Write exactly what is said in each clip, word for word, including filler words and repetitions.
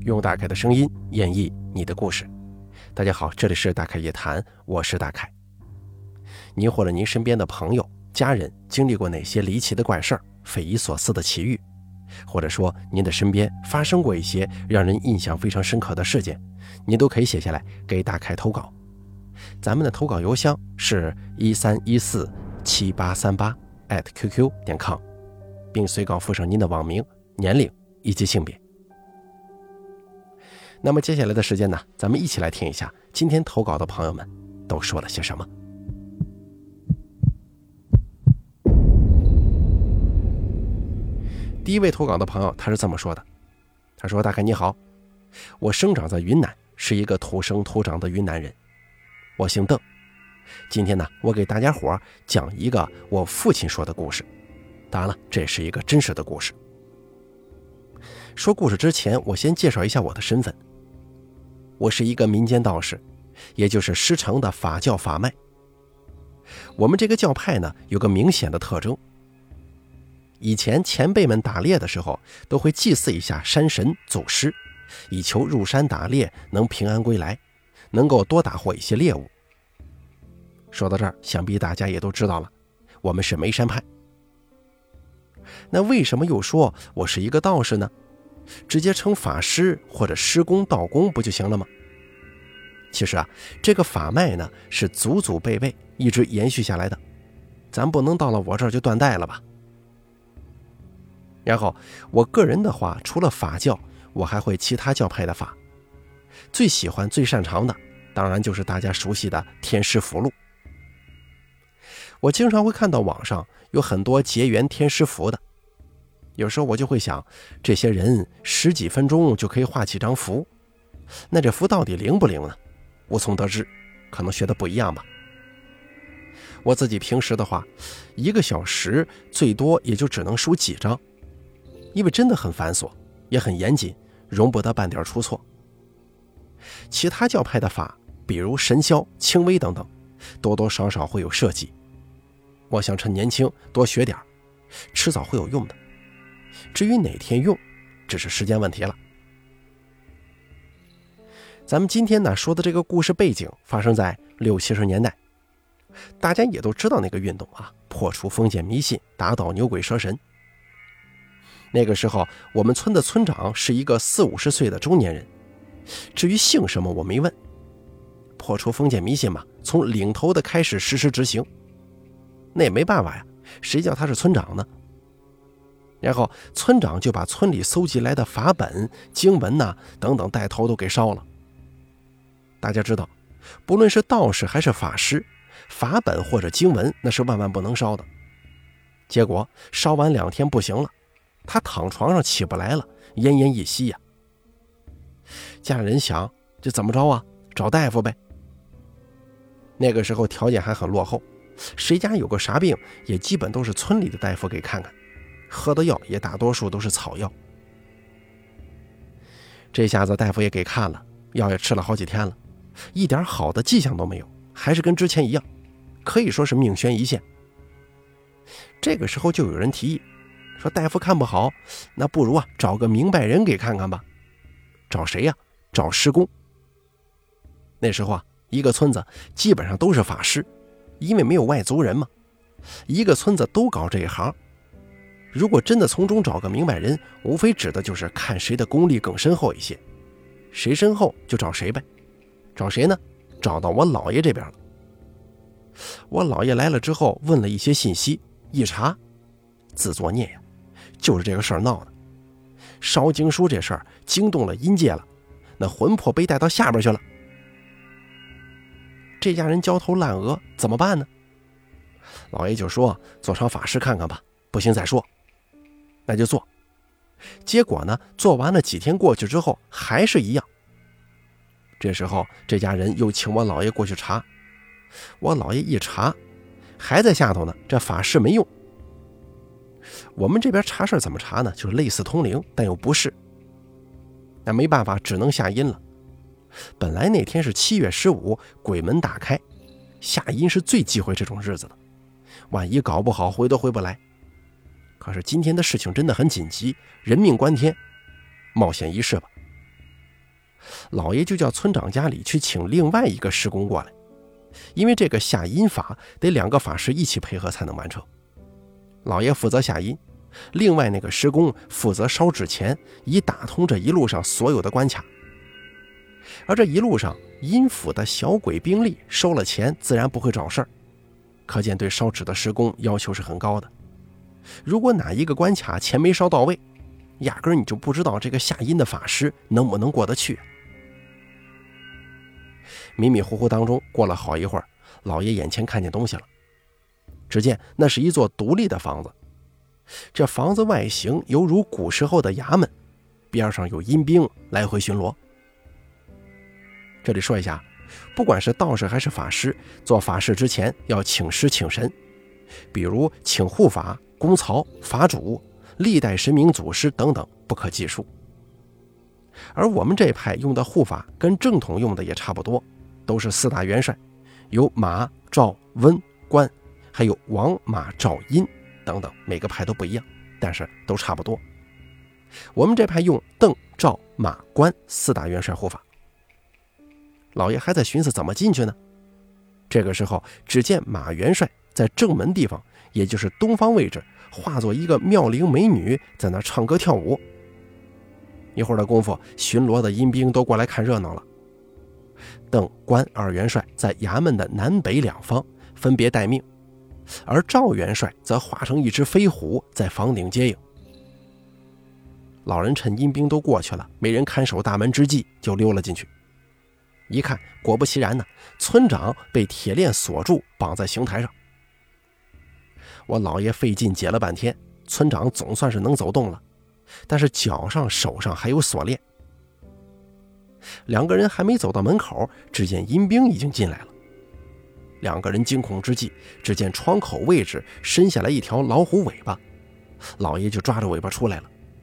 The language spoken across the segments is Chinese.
用大凯的声音演绎你的故事。大家好，这里是大凯夜谈，我是大凯。您或者您身边的朋友、家人经历过哪些离奇的怪事儿、匪夷所思的奇遇，或者说您的身边发生过一些让人印象非常深刻的事件，您都可以写下来给大凯投稿。咱们的投稿邮箱是一三一四七八三八 at qq 点 com， 并随稿附上您的网名、年龄以及性别。那么接下来的时间呢，咱们一起来听一下今天投稿的朋友们都说了些什么。第一位投稿的朋友他是这么说的，他说：大概你好，我生长在云南，是一个土生土长的云南人，我姓邓。今天呢，我给大家伙讲一个我父亲说的故事，当然了，这是一个真实的故事。说故事之前，我先介绍一下我的身份。我是一个民间道士，也就是师承的法教法脉。我们这个教派呢，有个明显的特征。以前前辈们打猎的时候，都会祭祀一下山神祖师，以求入山打猎能平安归来，能够多打获一些猎物。说到这儿，想必大家也都知道了，我们是梅山派。那为什么又说我是一个道士呢？直接称法师或者师公、道公不就行了吗？其实啊，这个法脉呢是祖祖辈辈一直延续下来的，咱不能到了我这儿就断代了吧。然后我个人的话，除了法教，我还会其他教派的法。最喜欢最擅长的当然就是大家熟悉的天师符箓。我经常会看到网上有很多结缘天师符的，有时候我就会想，这些人十几分钟就可以画几张符，那这符到底灵不灵呢？无从得知，可能学的不一样吧。我自己平时的话，一个小时最多也就只能数几张，因为真的很繁琐，也很严谨，容不得半点出错。其他教派的法，比如神霄、轻微等等，多多少少会有设计。我想趁年轻多学点，迟早会有用的。至于哪天用，只是时间问题了。咱们今天呢说的这个故事背景发生在六七十年代，大家也都知道那个运动啊，破除封建迷信，打倒牛鬼蛇神。那个时候我们村的村长是一个四五十岁的中年人，至于姓什么我没问。破除封建迷信嘛，从领头的开始实施执行，那也没办法呀，谁叫他是村长呢？然后村长就把村里搜集来的法本、经文呐、啊、等等带头都给烧了。大家知道，不论是道士还是法师，法本或者经文那是万万不能烧的。结果烧完两天不行了，他躺床上起不来了，奄奄一息呀、啊。家人想，这怎么着啊？找大夫呗。那个时候条件还很落后，谁家有个啥病，也基本都是村里的大夫给看看。喝的药也大多数都是草药。这下子大夫也给看了，药也吃了好几天了，一点好的迹象都没有，还是跟之前一样，可以说是命悬一线。这个时候就有人提议说，大夫看不好，那不如啊找个明白人给看看吧。找谁呀、啊？找师公。那时候啊，一个村子基本上都是法师，因为没有外族人嘛，一个村子都搞这一行。如果真的从中找个明白人，无非指的就是看谁的功力更深厚一些，谁深厚就找谁呗。找谁呢？找到我姥爷这边了。我姥爷来了之后，问了一些信息，一查，自作孽呀，就是这个事儿闹的。烧经书这事儿惊动了阴界了，那魂魄被带到下边去了。这家人焦头烂额，怎么办呢？老爷就说，做场法事看看吧，不行再说。那就做。结果呢，做完了几天过去之后还是一样。这时候这家人又请我姥爷过去查，我姥爷一查还在下头呢，这法事没用。我们这边查事怎么查呢？就是类似通灵，但又不是。那没办法，只能下阴了。本来那天是七月十五，鬼门大开，下阴是最忌讳这种日子的，万一搞不好回都回不来。可是今天的事情真的很紧急，人命关天，冒险一试吧。 老爷就叫村长家里去请另外一个施工过来，因为这个下阴法得两个法师一起配合才能完成。老爷负责下阴，另外那个施工负责烧纸钱，以打通这一路上所有的关卡。而这一路上阴府的小鬼兵力收了钱自然不会找事儿，可见对烧纸的施工要求是很高的。如果哪一个关卡钱没烧到位，压根儿你就不知道这个下阴的法师能不能过得去。迷迷糊糊当中过了好一会儿，老爷眼前看见东西了。只见那是一座独立的房子，这房子外形犹如古时候的衙门，边上有阴兵来回巡逻。这里说一下，不管是道士还是法师，做法事之前要请师请神，比如请护法、公曹、法主、历代神明祖师等等，不可计数。而我们这派用的护法跟正统用的也差不多，都是四大元帅，有马、赵、温、关，还有王、马、赵、殷等等，每个派都不一样，但是都差不多。我们这派用邓、赵、马、关四大元帅护法。老爷还在寻思怎么进去呢，这个时候只见马元帅在正门地方，也就是东方位置，化作一个妙龄美女在那唱歌跳舞。一会儿的功夫，巡逻的阴兵都过来看热闹了。邓、关二元帅在衙门的南北两方分别待命，而赵元帅则化成一只飞虎在房顶接应。老人趁阴兵都过去了，没人看守大门之际，就溜了进去。一看，果不其然呢，村长被铁链锁住，绑在刑台上。我老爷费劲解了半天，村长总算是能走动了，但是脚上手上还有锁链。两个人还没走到门口，只见阴兵已经进来了。两个人惊恐之际，只见窗口位置伸下来一条老虎尾巴，老爷就抓着尾巴出来了。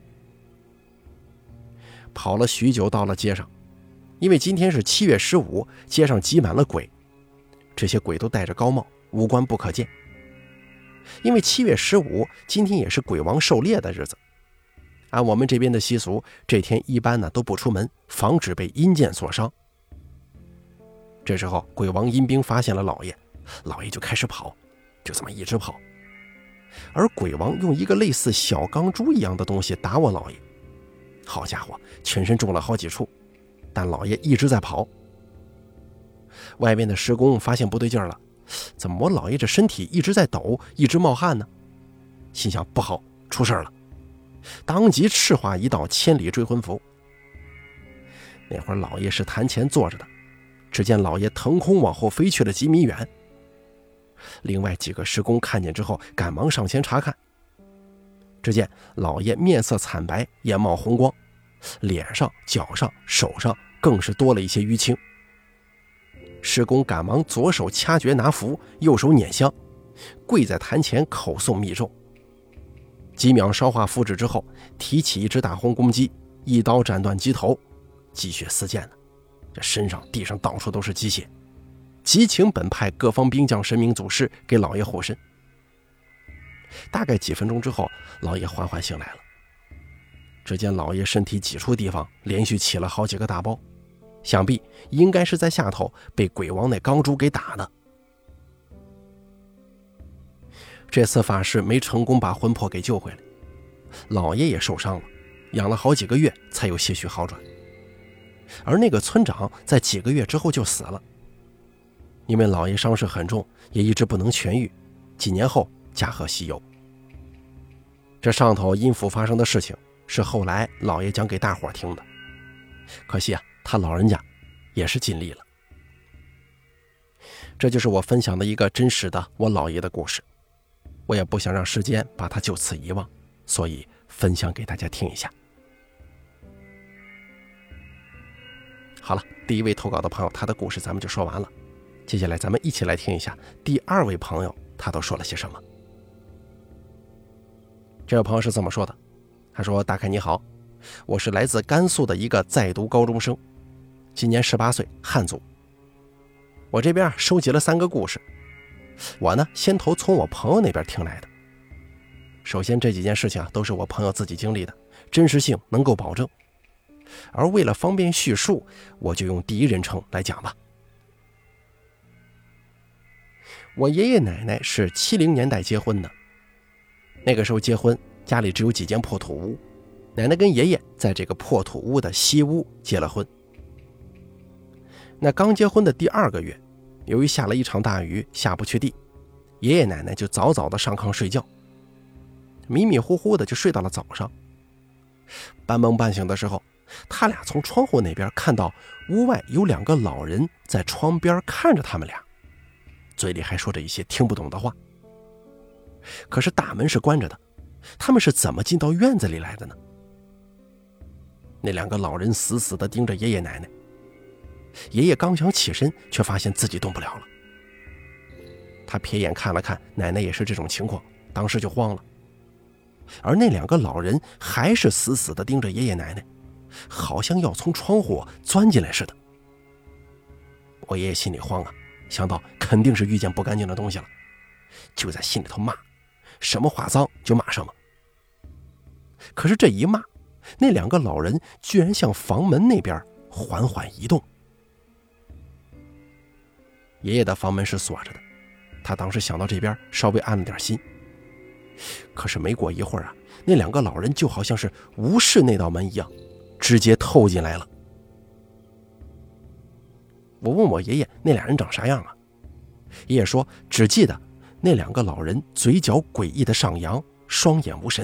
跑了许久，到了街上，因为今天是七月十五，街上挤满了鬼，这些鬼都戴着高帽，五官不可见。因为七月十五今天也是鬼王狩猎的日子，按我们这边的习俗，这天一般呢都不出门，防止被阴箭所伤。这时候鬼王阴兵发现了老爷，老爷就开始跑，就这么一直跑。而鬼王用一个类似小钢珠一样的东西打我老爷，好家伙，全身中了好几处，但老爷一直在跑。外面的施工发现不对劲了，怎么我老爷这身体一直在抖，一直冒汗呢？心想不好，出事了，当即赤化一道千里追魂符。那会儿老爷是坛前坐着的，只见老爷腾空往后飞去了几米远。另外几个施工看见之后，赶忙上前查看。只见老爷面色惨白，眼冒红光，脸上、脚上、手上更是多了一些淤青。施工赶忙左手掐诀拿符，右手捻香，跪在坛前口诵密咒。几秒烧化符纸之后，提起一只大红公鸡，一刀斩断鸡头，鸡血四溅的，这身上地上到处都是鸡血，急请本派各方兵将神明祖师给老爷护身。大概几分钟之后，老爷缓缓醒来了。只见老爷身体几处地方连续起了好几个大包，想必应该是在下头被鬼王那钢珠给打的。这次法事没成功把魂魄给救回来，老爷也受伤了，养了好几个月才有些许好转。而那个村长在几个月之后就死了，因为老爷伤势很重，也一直不能痊愈，几年后驾鹤西游。这上头阴府发生的事情是后来老爷讲给大伙听的，可惜啊，他老人家也是尽力了。这就是我分享的一个真实的我老爷的故事，我也不想让时间把他就此遗忘，所以分享给大家听一下。好了，第一位投稿的朋友他的故事咱们就说完了，接下来咱们一起来听一下第二位朋友他都说了些什么。这位朋友是这么说的，他说：大凯你好，我是来自甘肃的一个在读高中生，今年十八岁，汉族。我这边收集了三个故事，我呢先头从我朋友那边听来的。首先这几件事情啊都是我朋友自己经历的，真实性能够保证。 而为了方便叙述，我就用第一人称来讲吧。我爷爷奶奶是七零年代结婚的，那个时候结婚，家里只有几间破土屋，奶奶跟爷爷在这个破土屋的西屋结了婚。那刚结婚的第二个月，由于下了一场大雨，下不去地，爷爷奶奶就早早的上炕睡觉，迷迷糊糊的就睡到了早上。半梦半醒的时候，他俩从窗户那边看到屋外有两个老人在窗边看着他们俩，嘴里还说着一些听不懂的话。可是大门是关着的，他们是怎么进到院子里来的呢？那两个老人死死地盯着爷爷奶奶，爷爷刚想起身，却发现自己动不了了。他瞥眼看了看，奶奶也是这种情况，当时就慌了。而那两个老人还是死死地盯着爷爷奶奶，好像要从窗户钻进来似的。我爷爷心里慌啊，想到肯定是遇见不干净的东西了，就在心里头骂，什么话脏就骂什么。可是这一骂，那两个老人居然向房门那边缓缓移动。爷爷的房门是锁着的，他当时想到这边，稍微安了点心。可是没过一会儿啊，那两个老人就好像是无视那道门一样，直接透进来了。我问我爷爷那俩人长啥样啊？爷爷说只记得那两个老人嘴角诡异的上扬，双眼无神。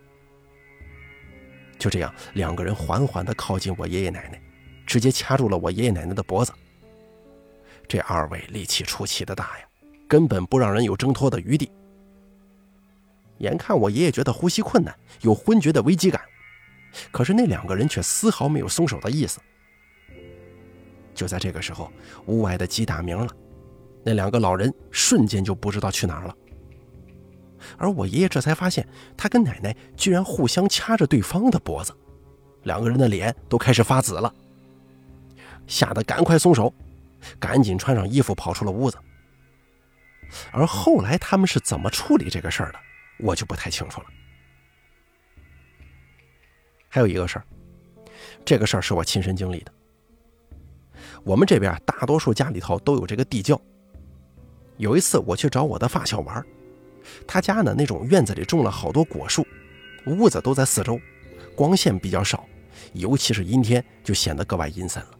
就这样，两个人缓缓地靠近我爷爷奶奶，直接掐住了我爷爷奶奶的脖子。这二位力气出奇的大呀，根本不让人有挣脱的余地。眼看我爷爷觉得呼吸困难，有昏厥的危机感，可是那两个人却丝毫没有松手的意思。就在这个时候，屋外的鸡打鸣了，那两个老人瞬间就不知道去哪儿了。而我爷爷这才发现，他跟奶奶居然互相掐着对方的脖子，两个人的脸都开始发紫了，吓得赶快松手，赶紧穿上衣服跑出了屋子。而后来他们是怎么处理这个事儿的，我就不太清楚了。还有一个事儿，这个事儿是我亲身经历的。我们这边大多数家里头都有这个地窖。有一次我去找我的发小玩，他家呢那种院子里种了好多果树，屋子都在四周，光线比较少，尤其是阴天就显得格外阴森了。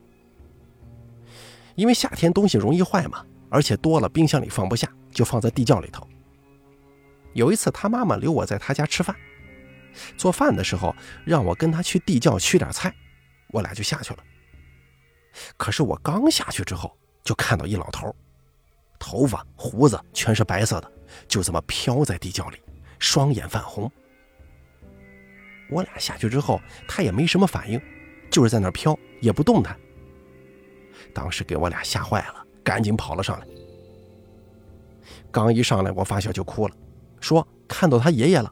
因为夏天东西容易坏嘛，而且多了冰箱里放不下，就放在地窖里头。有一次他妈妈留我在他家吃饭，做饭的时候让我跟他去地窖取点菜，我俩就下去了。可是我刚下去之后，就看到一老头，头发胡子全是白色的，就这么飘在地窖里，双眼泛红。我俩下去之后，他也没什么反应，就是在那儿飘，也不动弹。当时给我俩吓坏了，赶紧跑了上来。刚一上来，我发小就哭了，说看到他爷爷了。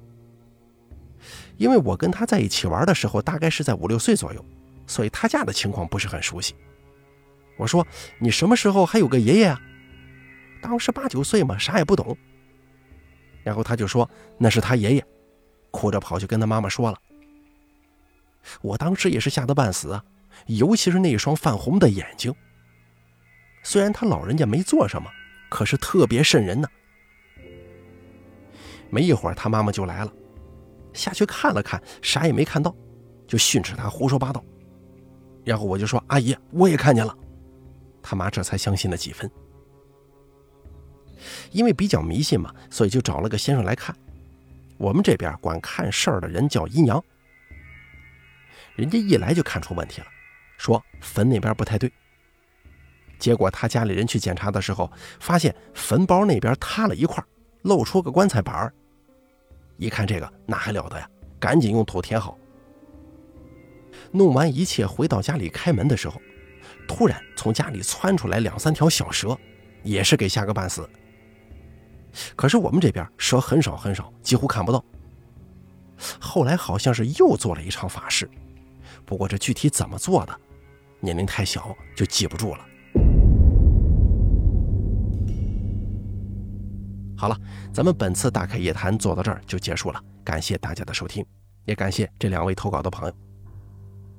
因为我跟他在一起玩的时候大概是在五六岁左右，所以他家的情况不是很熟悉。我说你什么时候还有个爷爷啊？当时八九岁嘛，啥也不懂。然后他就说那是他爷爷，哭着跑去跟他妈妈说了。我当时也是吓得半死啊，尤其是那一双泛红的眼睛。虽然他老人家没做什么，可是特别瘆人呢。没一会儿他妈妈就来了，下去看了看，啥也没看到，就训斥他胡说八道。然后我就说阿姨我也看见了，他妈这才相信了几分。因为比较迷信嘛，所以就找了个先生来看。我们这边管看事儿的人叫阴阳。人家一来就看出问题了，说坟那边不太对。结果他家里人去检查的时候，发现坟包那边塌了一块，露出个棺材板。一看这个那还了得呀，赶紧用土填好。弄完一切回到家里开门的时候，突然从家里窜出来两三条小蛇，也是给吓个半死。可是我们这边蛇很少很少，几乎看不到。后来好像是又做了一场法事，不过这具体怎么做的，年龄太小就记不住了。好了，咱们本次大开夜谈做到这儿就结束了，感谢大家的收听，也感谢这两位投稿的朋友。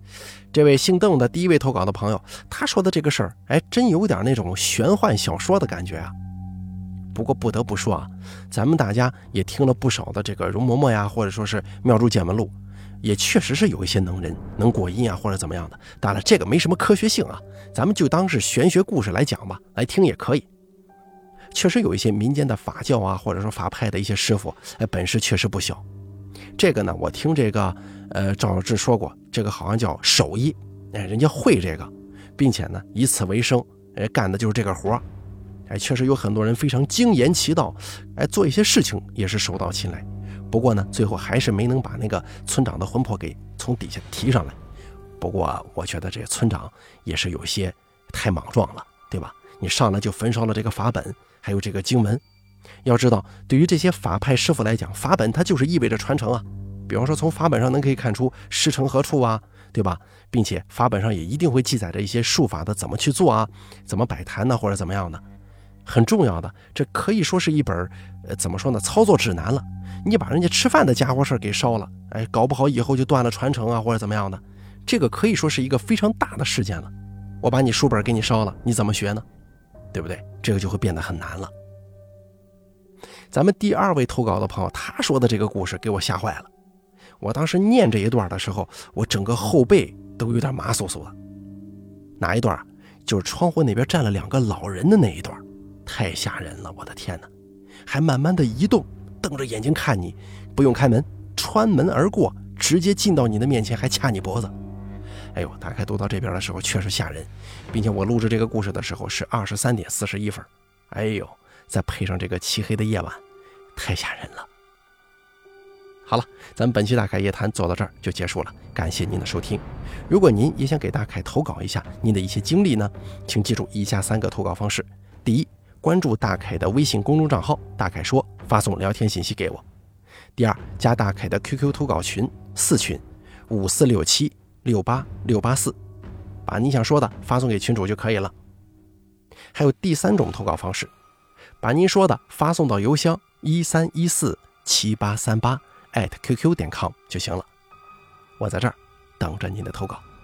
这位姓邓的第一位投稿的朋友，他说的这个事儿，哎，真有点那种玄幻小说的感觉啊。不过不得不说啊，咱们大家也听了不少的这个容嬷嬷呀，或者说是妙珠见闻录，也确实是有一些能人能过阴啊，或者怎么样的。当然这个没什么科学性啊，咱们就当是玄学故事来讲吧，来听也可以。确实有一些民间的法教啊，或者说法派的一些师傅，哎，本事确实不小。这个呢，我听这个呃赵小志说过，这个好像叫手艺，哎，人家会这个，并且呢以此为生，哎，干的就是这个活，哎，确实有很多人非常精研其道，哎，做一些事情也是手到擒来。不过呢，最后还是没能把那个村长的魂魄给从底下提上来。不过我觉得这个村长也是有些太莽撞了，对吧？你上来就焚烧了这个法本，还有这个经文。要知道，对于这些法派师傅来讲，法本它就是意味着传承啊。比方说从法本上能可以看出师承何处啊，对吧？并且法本上也一定会记载着一些术法的怎么去做啊，怎么摆坛呢，或者怎么样的。很重要的，这可以说是一本呃怎么说呢，操作指南了。你把人家吃饭的家伙事给烧了，哎，搞不好以后就断了传承啊，或者怎么样的。这个可以说是一个非常大的事件了。我把你书本给你烧了，你怎么学呢？对不对？这个就会变得很难了。咱们第二位投稿的朋友，他说的这个故事给我吓坏了。我当时念这一段的时候，我整个后背都有点麻酥酥的。哪一段？就是窗户那边站了两个老人的那一段，太吓人了，我的天哪！还慢慢的移动，瞪着眼睛看你，不用开门，穿门而过，直接进到你的面前，还掐你脖子。哎呦，大概读到这边的时候确实吓人，并且我录制这个故事的时候是二十三点四十一分。哎呦，再配上这个漆黑的夜晚，太吓人了。好了，咱们本期大凯夜谈做到这儿就结束了，感谢您的收听。如果您也想给大凯投稿一下您的一些经历呢，请记住以下三个投稿方式：第一，关注大凯的微信公众账号大凯说，发送聊天信息给我；第二，加大凯的 Q Q 投稿群四群五四六七六八六八四，把你想说的发送给群主就可以了。还有第三种投稿方式，把您说的发送到邮箱一三一四七八三八 at qq 点 com 就行了。我在这儿等着您的投稿。